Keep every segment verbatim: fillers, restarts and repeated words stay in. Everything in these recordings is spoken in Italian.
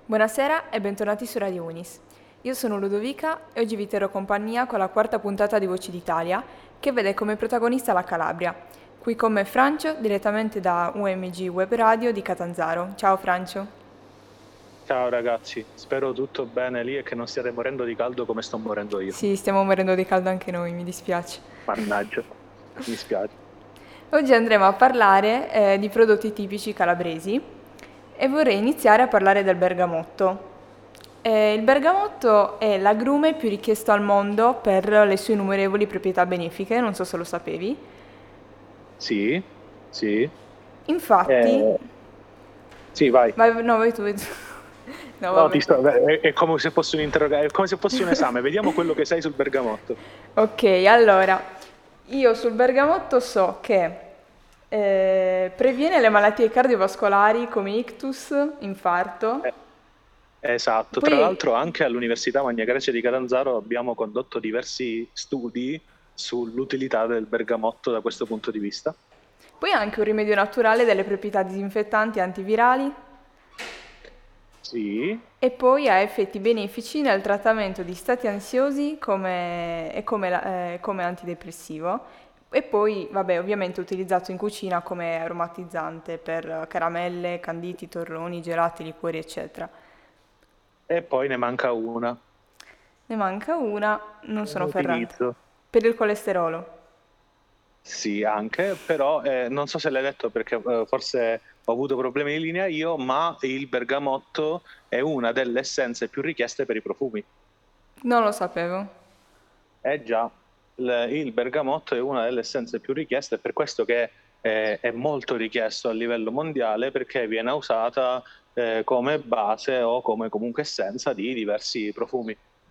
Buonasera e bentornati su Radio Unis. Io sono Ludovica e oggi vi terrò compagnia con la quarta puntata di Voci d'Italia, che vede come protagonista la Calabria. Qui con me Francio, direttamente da U M G Web Radio di Catanzaro. Ciao Francio. Ciao ragazzi, spero tutto bene lì e che non stiate morendo di caldo come sto morendo io. Sì, stiamo morendo di caldo anche noi, mi dispiace. Mannaggia, mi spiace. Oggi andremo a parlare eh, di prodotti tipici calabresi e vorrei iniziare a parlare del bergamotto. Eh, il bergamotto è l'agrume più richiesto al mondo per le sue innumerevoli proprietà benefiche, non so se lo sapevi. Sì, sì. Infatti, Eh, sì, vai. vai, no, vai tu, vai tu. No, No, ti vabbè. sto- è, è come se fosse un interroga- è come se fosse un esame. Vediamo quello che sai sul bergamotto. Ok, allora, io sul bergamotto so che eh, previene le malattie cardiovascolari come ictus, infarto. Eh, esatto. Tra Poi, l'altro anche all'Università Magna Grecia di Catanzaro abbiamo condotto diversi studi sull'utilità del bergamotto da questo punto di vista. poi è anche un rimedio naturale delle proprietà disinfettanti e antivirali. Sì. E poi ha effetti benefici nel trattamento di stati ansiosi come, e come, la- eh, come antidepressivo. E poi, vabbè, ovviamente utilizzato in cucina come aromatizzante per caramelle, canditi, torroni, gelati, liquori, eccetera. E poi ne manca una. Ne manca una, non Che non sono ferrante. utilizzo. Per il colesterolo. Sì, anche, però eh, non so se l'hai detto perché eh, forse ho avuto problemi di linea io, ma il bergamotto è una delle essenze più richieste per i profumi. Non lo sapevo. Eh già, il, il bergamotto è una delle essenze più richieste, è per questo che eh, è molto richiesto a livello mondiale perché viene usata eh, come base o come comunque essenza di diversi profumi.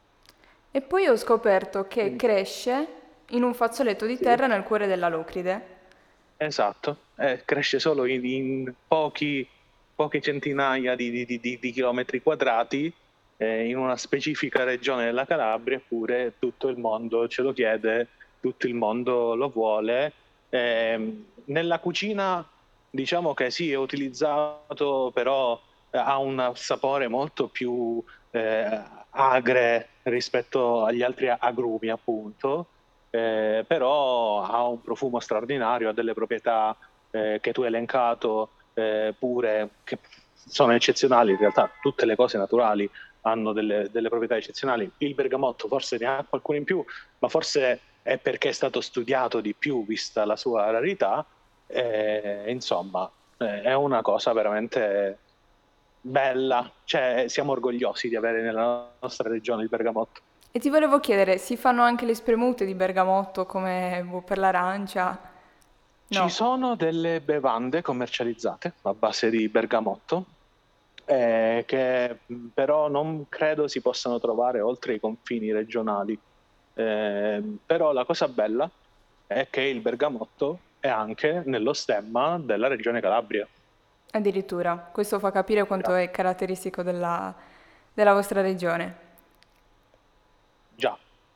E poi ho scoperto che Quindi, cresce in un fazzoletto di sì. terra nel cuore della Locride. Esatto, eh, cresce solo in, in pochi, poche centinaia di, di- di- di- di chilometri quadrati eh, in una specifica regione della Calabria, eppure tutto il mondo ce lo chiede, tutto il mondo lo vuole. Ehm, nella cucina diciamo che sì, è utilizzato, però eh, ha un sapore molto più eh, agre rispetto agli altri agrumi, appunto eh, però ha un profumo straordinario, ha delle proprietà eh, che tu hai elencato eh, pure che sono eccezionali. In realtà tutte le cose naturali hanno delle, delle proprietà eccezionali. Il bergamotto forse ne ha qualcuno in più, ma forse è perché è stato studiato di più vista la sua rarità. Eh, insomma, eh, è una cosa veramente bella, cioè siamo orgogliosi di avere nella nostra regione il bergamotto. E ti volevo chiedere, si fanno anche le spremute di bergamotto come boh, per l'arancia? Ci No. sono delle bevande commercializzate a base di bergamotto, eh, che mh, però non credo si possano trovare oltre i confini regionali. Eh, però la cosa bella è che il bergamotto è anche nello stemma della regione Calabria. Addirittura, questo fa capire quanto Già. è caratteristico della, della vostra regione. Già.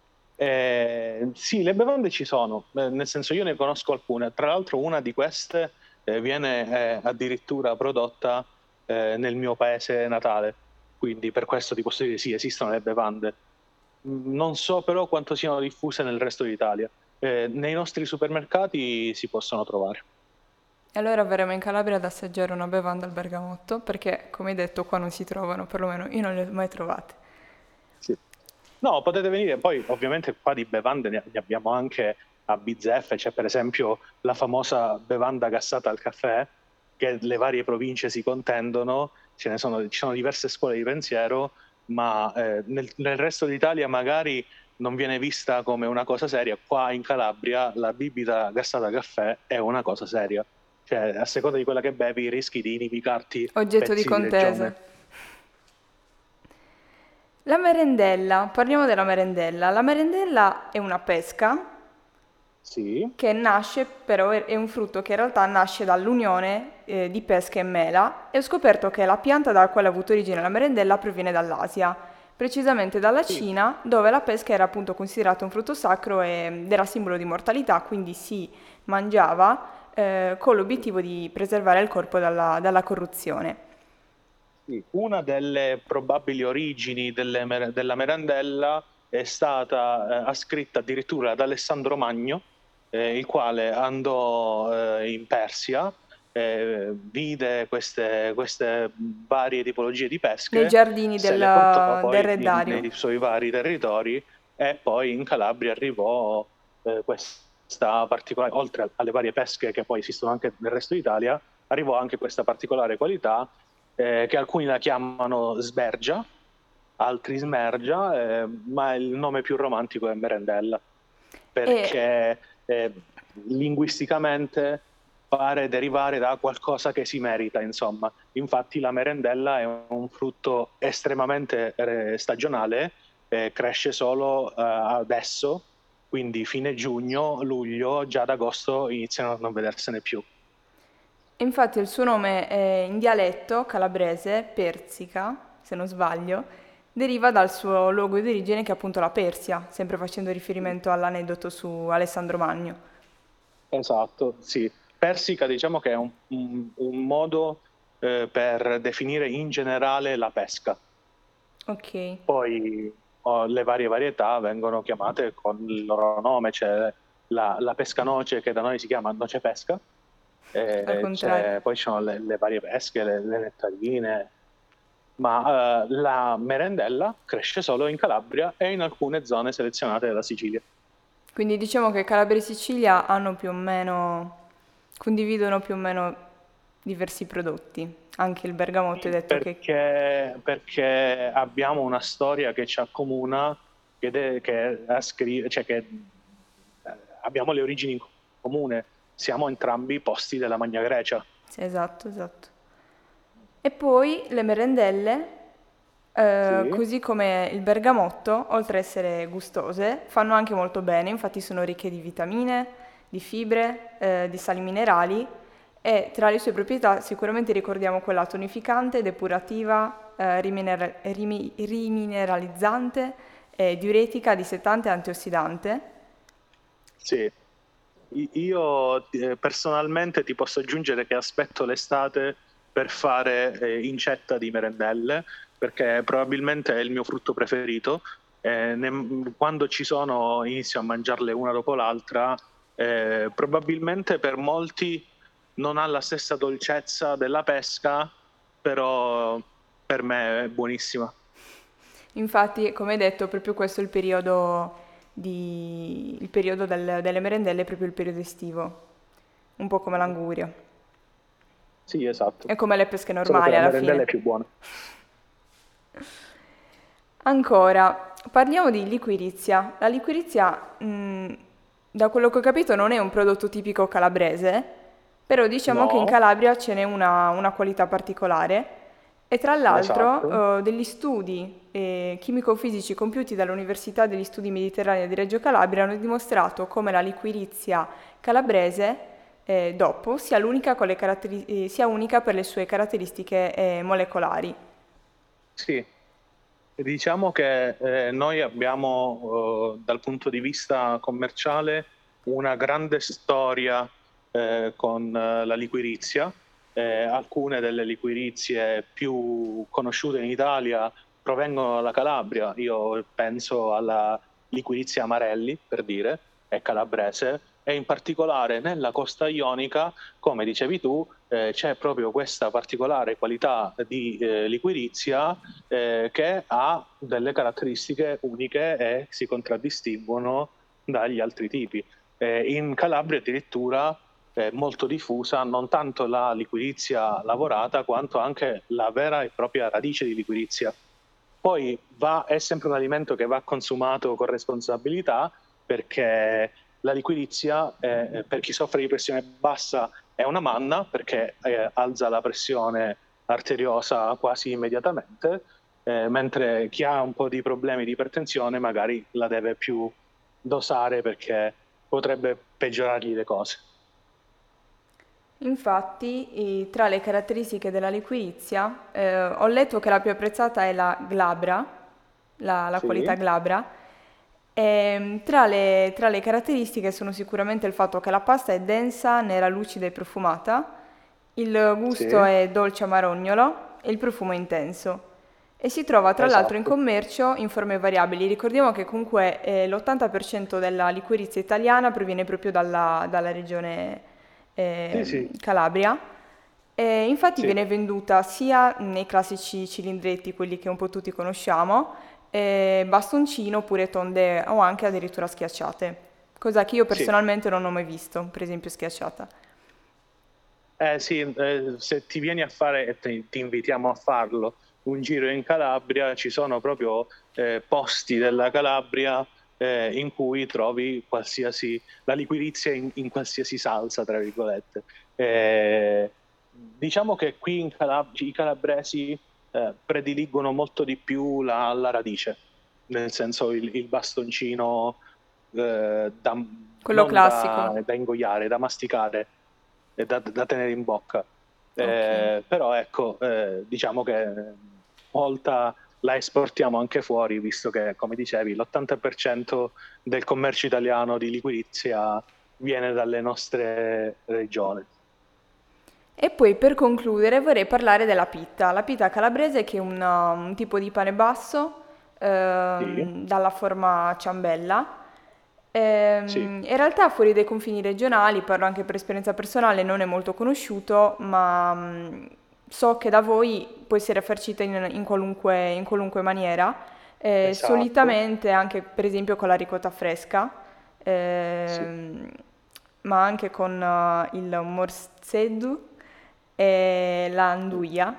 Eh, sì, le bevande ci sono, eh, nel senso io ne conosco alcune. Tra l'altro una di queste eh, viene eh, addirittura prodotta eh, nel mio paese natale, quindi per questo ti posso dire sì, esistono le bevande. Mm, Non so però quanto siano diffuse nel resto d'Italia. Eh, nei nostri supermercati si possono trovare. E allora verremo in Calabria ad assaggiare una bevanda al bergamotto, perché come hai detto qua non si trovano, perlomeno io non le ho mai trovate. Sì. No, potete venire, poi ovviamente qua di bevande ne ne abbiamo anche a bizzeffe, c'è per esempio la famosa bevanda gassata al caffè, che le varie province si contendono, ce ne sono, ci sono diverse scuole di pensiero, ma eh, nel, nel resto d'Italia magari non viene vista come una cosa seria, qua in Calabria la bibita gassata al caffè è una cosa seria, cioè a seconda di quella che bevi rischi di inimicarti Oggetto di pezzi di contesa. regione. La merendella, parliamo della merendella. La merendella è una pesca Sì, che nasce, però è è un frutto che in realtà nasce dall'unione eh, di pesca e mela e ho scoperto che la pianta dalla quale ha avuto origine la merendella proviene dall'Asia, precisamente dalla sì. Cina, dove la pesca era appunto considerata un frutto sacro ed era simbolo di mortalità, quindi si mangiava eh, con l'obiettivo di preservare il corpo dalla, dalla corruzione. Sì, una delle probabili origini delle mer- della merendella è stata eh, ascritta addirittura ad Alessandro Magno, eh, il quale andò eh, in Persia, eh, vide queste, queste varie tipologie di Nei pesche, giardini se le portò del, del poi Re in- Dario. nei suoi vari territori e poi in Calabria arrivò eh, questa particolare, oltre alle varie pesche che poi esistono anche nel resto d'Italia, arrivò anche questa particolare qualità eh, che alcuni la chiamano sbergia, altri smergia, eh, ma il nome più romantico è merendella, E perché eh, linguisticamente pare derivare da qualcosa che si merita, insomma. Infatti la merendella è un frutto estremamente eh, stagionale, eh, cresce solo eh, adesso, quindi fine giugno, luglio, già ad agosto iniziano a non vedersene più. infatti il suo nome è in dialetto calabrese, Persica, se non sbaglio, deriva dal suo luogo di origine che è appunto la Persia, sempre facendo riferimento all'aneddoto su Alessandro Magno. Esatto, sì. Persica diciamo che è un, un- un modo eh, per definire in generale la pesca. Ok. Poi oh, le varie varietà vengono chiamate con il loro nome, c'è la, la pescanoce che da noi si chiama noce pesca, Al eh, contrario. c'è- poi ci sono le, le varie pesche, le, le nettarine, ma eh, la merendella cresce solo in Calabria e in alcune zone selezionate della Sicilia. Quindi diciamo che Calabria e Sicilia hanno più o meno, condividono più o meno diversi prodotti. Anche il bergamotto hai Sì, detto che... perché, perché abbiamo una storia che ci accomuna, che, de- che ascri- cioè che eh, abbiamo le origini in comune, siamo entrambi posti della Magna Grecia. Sì, esatto, esatto. E poi le merendelle, eh, Sì, così come il bergamotto, oltre ad essere gustose, fanno anche molto bene, infatti sono ricche di vitamine, di fibre, eh, di sali minerali e tra le sue proprietà sicuramente ricordiamo quella tonificante, depurativa, eh, riminera- rimi- rimineralizzante, eh, diuretica, dissettante e antiossidante. sì. I- Io eh, personalmente ti posso aggiungere che aspetto l'estate per fare eh, incetta di merendelle, perché probabilmente è il mio frutto preferito. Eh, ne- quando ci sono inizio a mangiarle una dopo l'altra. Eh, probabilmente per molti non ha la stessa dolcezza della pesca, però per me è buonissima. Infatti, come hai detto, proprio questo è il periodo, di- il periodo del- delle merendelle, è proprio il periodo estivo, un po' come l'anguria. Sì, esatto. È come le pesche Solo che normali la alla merendella fine. è più buona. Ancora, parliamo di liquirizia. La liquirizia, mh, da quello che ho capito, non è un prodotto tipico calabrese, però diciamo che in No, Calabria ce n'è una, una qualità particolare e tra esatto. l'altro eh, degli studi eh, chimico-fisici compiuti dall'Università degli Studi Mediterranei di Reggio Calabria hanno dimostrato come la liquirizia calabrese eh, dopo sia l'unica con le caratteri- eh, sia unica per le sue caratteristiche eh, molecolari. Sì, diciamo che eh, noi abbiamo, eh, dal punto di vista commerciale, una grande storia eh, con eh, la liquirizia. Eh, alcune delle liquirizie più conosciute in Italia provengono dalla Calabria. Io penso alla liquirizia Amarelli, per dire, è calabrese, e in particolare nella costa ionica, come dicevi tu, eh, c'è proprio questa particolare qualità di eh, liquirizia eh, che ha delle caratteristiche uniche e si contraddistinguono dagli altri tipi. Eh, in Calabria addirittura è molto diffusa non tanto la liquirizia lavorata quanto anche la vera e propria radice di liquirizia. Poi va, è sempre un alimento che va consumato con responsabilità perché la liquirizia, eh, per chi soffre di pressione bassa, è una manna perché eh, alza la pressione arteriosa quasi immediatamente, eh, mentre chi ha un po' di problemi di ipertensione magari la deve più dosare perché potrebbe peggiorargli le cose. Infatti, i- tra le caratteristiche della liquirizia, eh, ho letto che la più apprezzata è la glabra, la, la qualità Sì, glabra. E, tra le, tra le caratteristiche sono sicuramente il fatto che la pasta è densa, nera, lucida e profumata, il gusto sì, è dolce amarognolo e il profumo è intenso. E si trova tra l'altro in Esatto. commercio in forme variabili. Ricordiamo che comunque eh, l'ottanta per cento della liquirizia italiana proviene proprio dalla, dalla regione Sì, ehm, sì, Calabria. E infatti sì. viene venduta sia nei classici cilindretti, quelli che un po' tutti conosciamo, eh, bastoncino oppure tonde o anche addirittura schiacciate, cosa che io Sì. personalmente non ho mai visto, per esempio schiacciata. Eh sì, eh, se ti vieni a fare, e ti, ti invitiamo a farlo, un giro in Calabria, ci sono proprio eh, posti della Calabria eh, in cui trovi qualsiasi, la liquirizia in, in qualsiasi salsa, tra virgolette. Eh, diciamo che qui in Calab- i calabresi eh, prediligono molto di più la, la radice, nel senso il, il bastoncino eh, da, Quello non da, classico, da ingoiare, da masticare e da, da tenere in bocca. ok. Eh, però ecco, eh, diciamo che eh, molta la esportiamo anche fuori, visto che, come dicevi, l'ottanta per cento del commercio italiano di liquirizia viene dalle nostre regioni. E poi per concludere vorrei parlare della pitta. La pitta calabrese che è un, uh, un tipo di pane basso Sì, ehm, dalla forma ciambella. sì, Ehm, in realtà fuori dai confini regionali, parlo anche per esperienza personale, non è molto conosciuto, ma mm, so che da voi può essere farcita in, in qualunque, in qualunque maniera, eh, esatto, solitamente anche per esempio con la ricotta fresca, sì, ehm, ma anche con eh, il morzedu e l'anduia.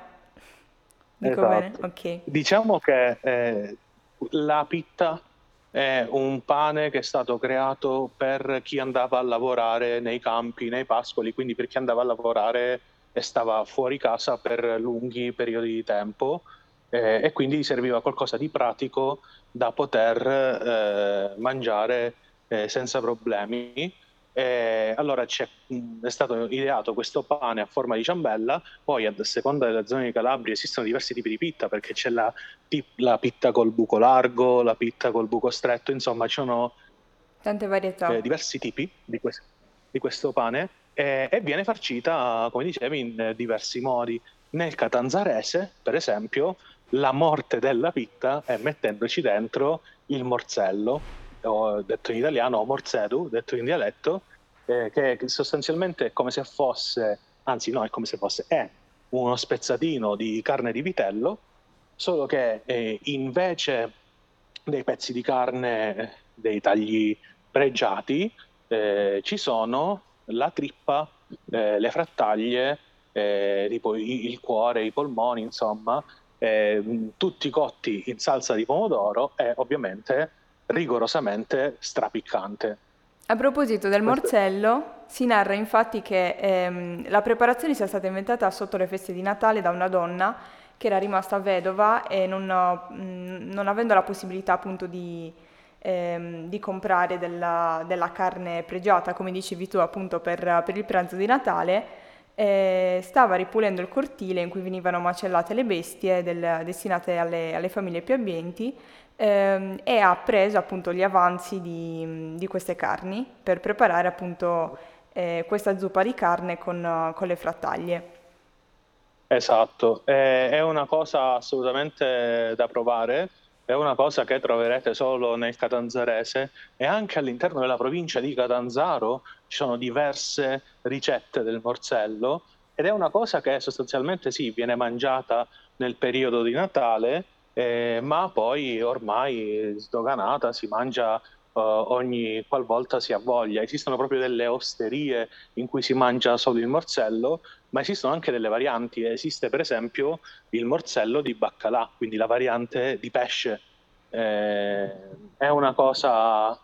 Dico bene? esatto. Ok. Diciamo che eh, la pitta è un pane che è stato creato per chi andava a lavorare nei campi, nei pascoli, quindi per chi andava a lavorare e stava fuori casa per lunghi periodi di tempo, eh, e quindi serviva qualcosa di pratico da poter eh, mangiare eh, senza problemi. E allora c'è- mh, è stato ideato questo pane a forma di ciambella. Poi, a seconda della zona di Calabria, esistono diversi tipi di pitta, perché c'è la, pi- la pitta col buco largo, la pitta col buco stretto, insomma, ci sono Tante eh, varietà. diversi tipi di, quest- di questo pane eh, e viene farcita, come dicevi, in eh, diversi modi. Nel catanzarese, per esempio, la morte della pitta è mettendoci dentro il morzello, o detto in italiano, o morzedu, detto in dialetto, eh, che sostanzialmente è come se fosse, anzi no, è come se fosse, è uno spezzatino di carne di vitello, solo che eh, invece dei pezzi di carne, eh, dei tagli pregiati, eh, ci sono la trippa, eh, le frattaglie, eh, tipo i- il cuore, i polmoni, insomma, eh, mh, tutti cotti in salsa di pomodoro e ovviamente rigorosamente strapiccante. A proposito del Questo morzello, si narra infatti che ehm, la preparazione sia stata inventata sotto le feste di Natale da una donna che era rimasta vedova e non, mh, non avendo la possibilità appunto di, ehm, di comprare della, della carne pregiata, come dicevi tu appunto per, per il pranzo di Natale, eh, stava ripulendo il cortile in cui venivano macellate le bestie del- destinate alle, alle famiglie più abbienti ehm, e ha preso appunto gli avanzi di, di queste carni per preparare appunto eh, questa zuppa di carne con, con le frattaglie. Esatto, è, è una cosa assolutamente da provare, è una cosa che troverete solo nel Catanzarese e anche all'interno della provincia di Catanzaro ci sono diverse ricette del morsello ed è una cosa che sostanzialmente sì, viene mangiata nel periodo di Natale, eh, ma poi ormai sdoganata si mangia eh, ogni qualvolta si ha voglia. Esistono proprio delle osterie in cui si mangia solo il morsello, ma esistono anche delle varianti. Esiste per esempio il morsello di baccalà, quindi la variante di pesce. Eh, è una cosa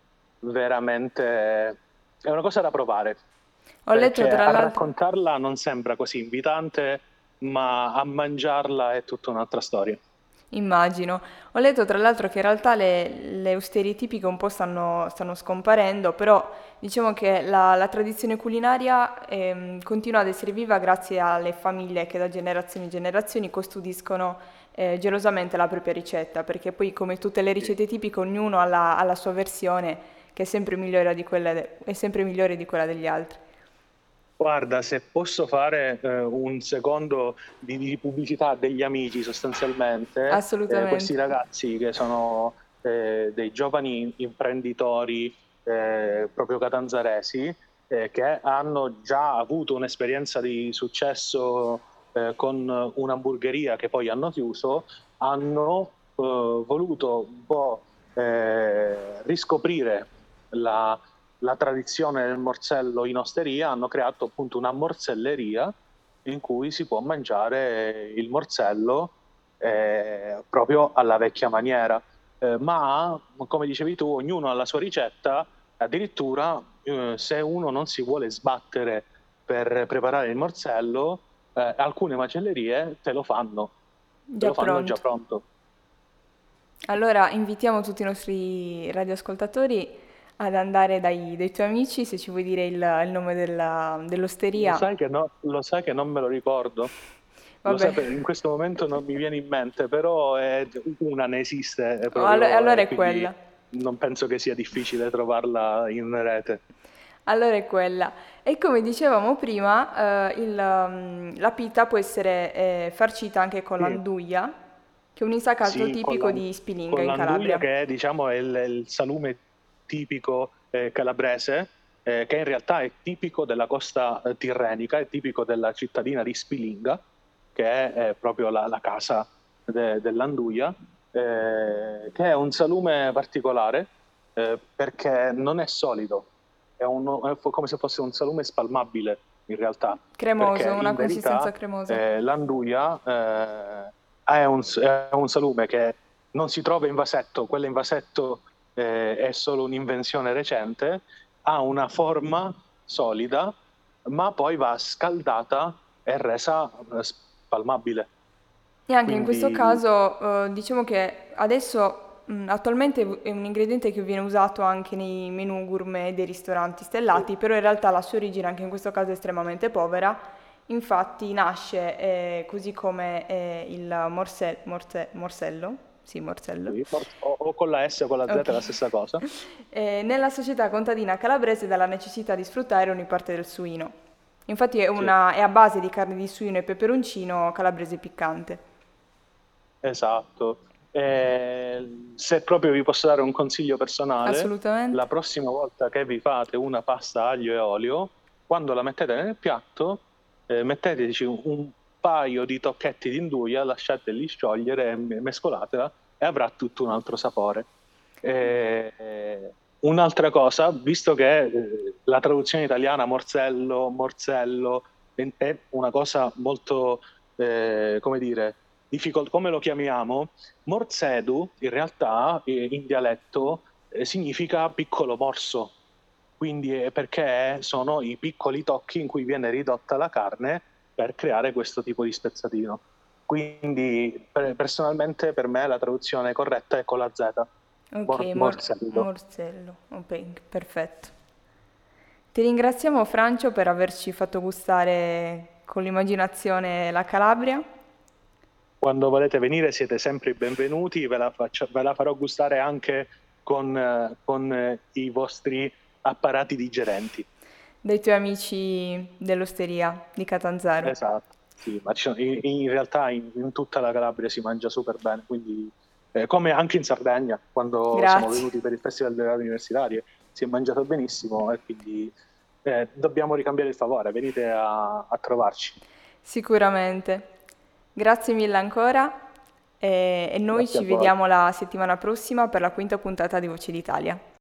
veramente, è una cosa da provare, Ho letto perché tra a l'altro. raccontarla non sembra così invitante, ma a mangiarla è tutta un'altra storia. Immagino. Ho letto tra l'altro che in realtà le, le osterie tipiche un po' stanno, stanno scomparendo, però diciamo che la, la tradizione culinaria ehm, continua ad essere viva grazie alle famiglie che da generazioni in generazioni custodiscono eh, gelosamente la propria ricetta, perché poi come tutte le Sì. ricette tipiche ognuno ha la, ha la sua versione che è sempre migliore di quella de- è sempre migliore di quella degli altri. Guarda, se posso fare eh, un secondo di, di pubblicità degli amici sostanzialmente, eh, questi Assolutamente. ragazzi che sono eh, dei giovani imprenditori eh, proprio catanzaresi, eh, che hanno già avuto un'esperienza di successo eh, con un'hamburgeria che poi hanno chiuso, hanno eh, voluto un po' eh, riscoprire la la tradizione del morsello in osteria, hanno creato appunto una morselleria in cui si può mangiare il morsello eh, proprio alla vecchia maniera. Eh, ma, come dicevi tu, ognuno ha la sua ricetta, addirittura eh, se uno non si vuole sbattere per preparare il morsello, eh, alcune macellerie te lo fanno, te Già lo fanno già pronto. pronto. Allora invitiamo tutti i nostri radioascoltatori ad andare dai, dai tuoi amici, se ci vuoi dire il, il nome della- Lo dell'osteria. sai che, no, lo sai che non me lo ricordo? Lo Vabbè, sai, in questo momento non mi viene in mente, però è, una ne esiste è allo- proprio, allora e è quindi quella. non penso che sia difficile trovarla in rete. Allora è quella. E come dicevamo prima, eh, il, um, la pita può essere eh, farcita anche con Sì, l'anduia, che è un insacato sì, con tipico la- di Spilinga con in l'anduia Calabria. che è, diciamo, è il, il salume tipico eh, calabrese, eh, che in realtà è tipico della costa eh, tirrenica, è tipico della cittadina di Spilinga, che è, eh, proprio la, la casa de- dell'anduia, eh, che è un salume particolare eh, perché non è solido, è, un- è come se fosse un salume spalmabile in realtà, Cremoso, perché una in consistenza verità cremosa. eh, l'anduia eh, è un, è un salume che non si trova in vasetto, quello in vasetto eh, è solo un'invenzione recente, ha una forma solida, ma poi va scaldata e resa eh, spalmabile. E anche in questo Quindi caso, eh, diciamo che adesso, mh, attualmente è un ingrediente che viene usato anche nei menù gourmet dei ristoranti sì, stellati, però in realtà la sua origine anche in questo caso è estremamente povera. Infatti nasce eh, così come eh, il morse- morse- morsello, sì, morsello, sì, o, o con la S o con la Z ok, è la stessa cosa. eh, nella società contadina calabrese dalla necessità di sfruttare ogni parte del suino. Infatti è, Sì, una- è a base di carne di suino e peperoncino calabrese piccante. esatto. Eh, se proprio vi posso dare un consiglio personale, Assolutamente. la prossima volta che vi fate una pasta aglio e olio, quando la mettete nel piatto, eh, metteteci un, un paio di tocchetti di induia, lasciateli sciogliere e mescolatela e avrà tutto un altro sapore. Eh, eh, un'altra cosa, visto che eh, la traduzione italiana morsello, morsello è è una cosa molto, eh, come dire, difficult- come lo chiamiamo? Morzedu, in realtà, eh, in dialetto, eh, significa piccolo morso, quindi è perché sono i piccoli tocchi in cui viene ridotta la carne per creare questo tipo di spezzatino. Quindi, per- personalmente, per me la traduzione corretta è con la Z, Ok, Mor- mor- morsello. morsello. Ok, perfetto. Ti ringraziamo Francio per averci fatto gustare con l'immaginazione la Calabria. Quando volete venire siete sempre i benvenuti, ve la, faccio- ve la farò gustare anche con, eh, con, eh, i vostri apparati digerenti. Dai tuoi amici dell'osteria di Catanzaro. Esatto, sì, ma ci sono- in, in realtà in, in tutta la Calabria si mangia super bene, quindi eh, come anche in Sardegna, quando siamo Grazie. venuti per il Festival delle Radio Universitarie, si è mangiato benissimo e quindi eh, dobbiamo ricambiare il favore, venite a, a trovarci. Sicuramente. Grazie mille ancora e, e noi Grazie a ci voi. vediamo la settimana prossima per la quinta puntata di Voci d'Italia.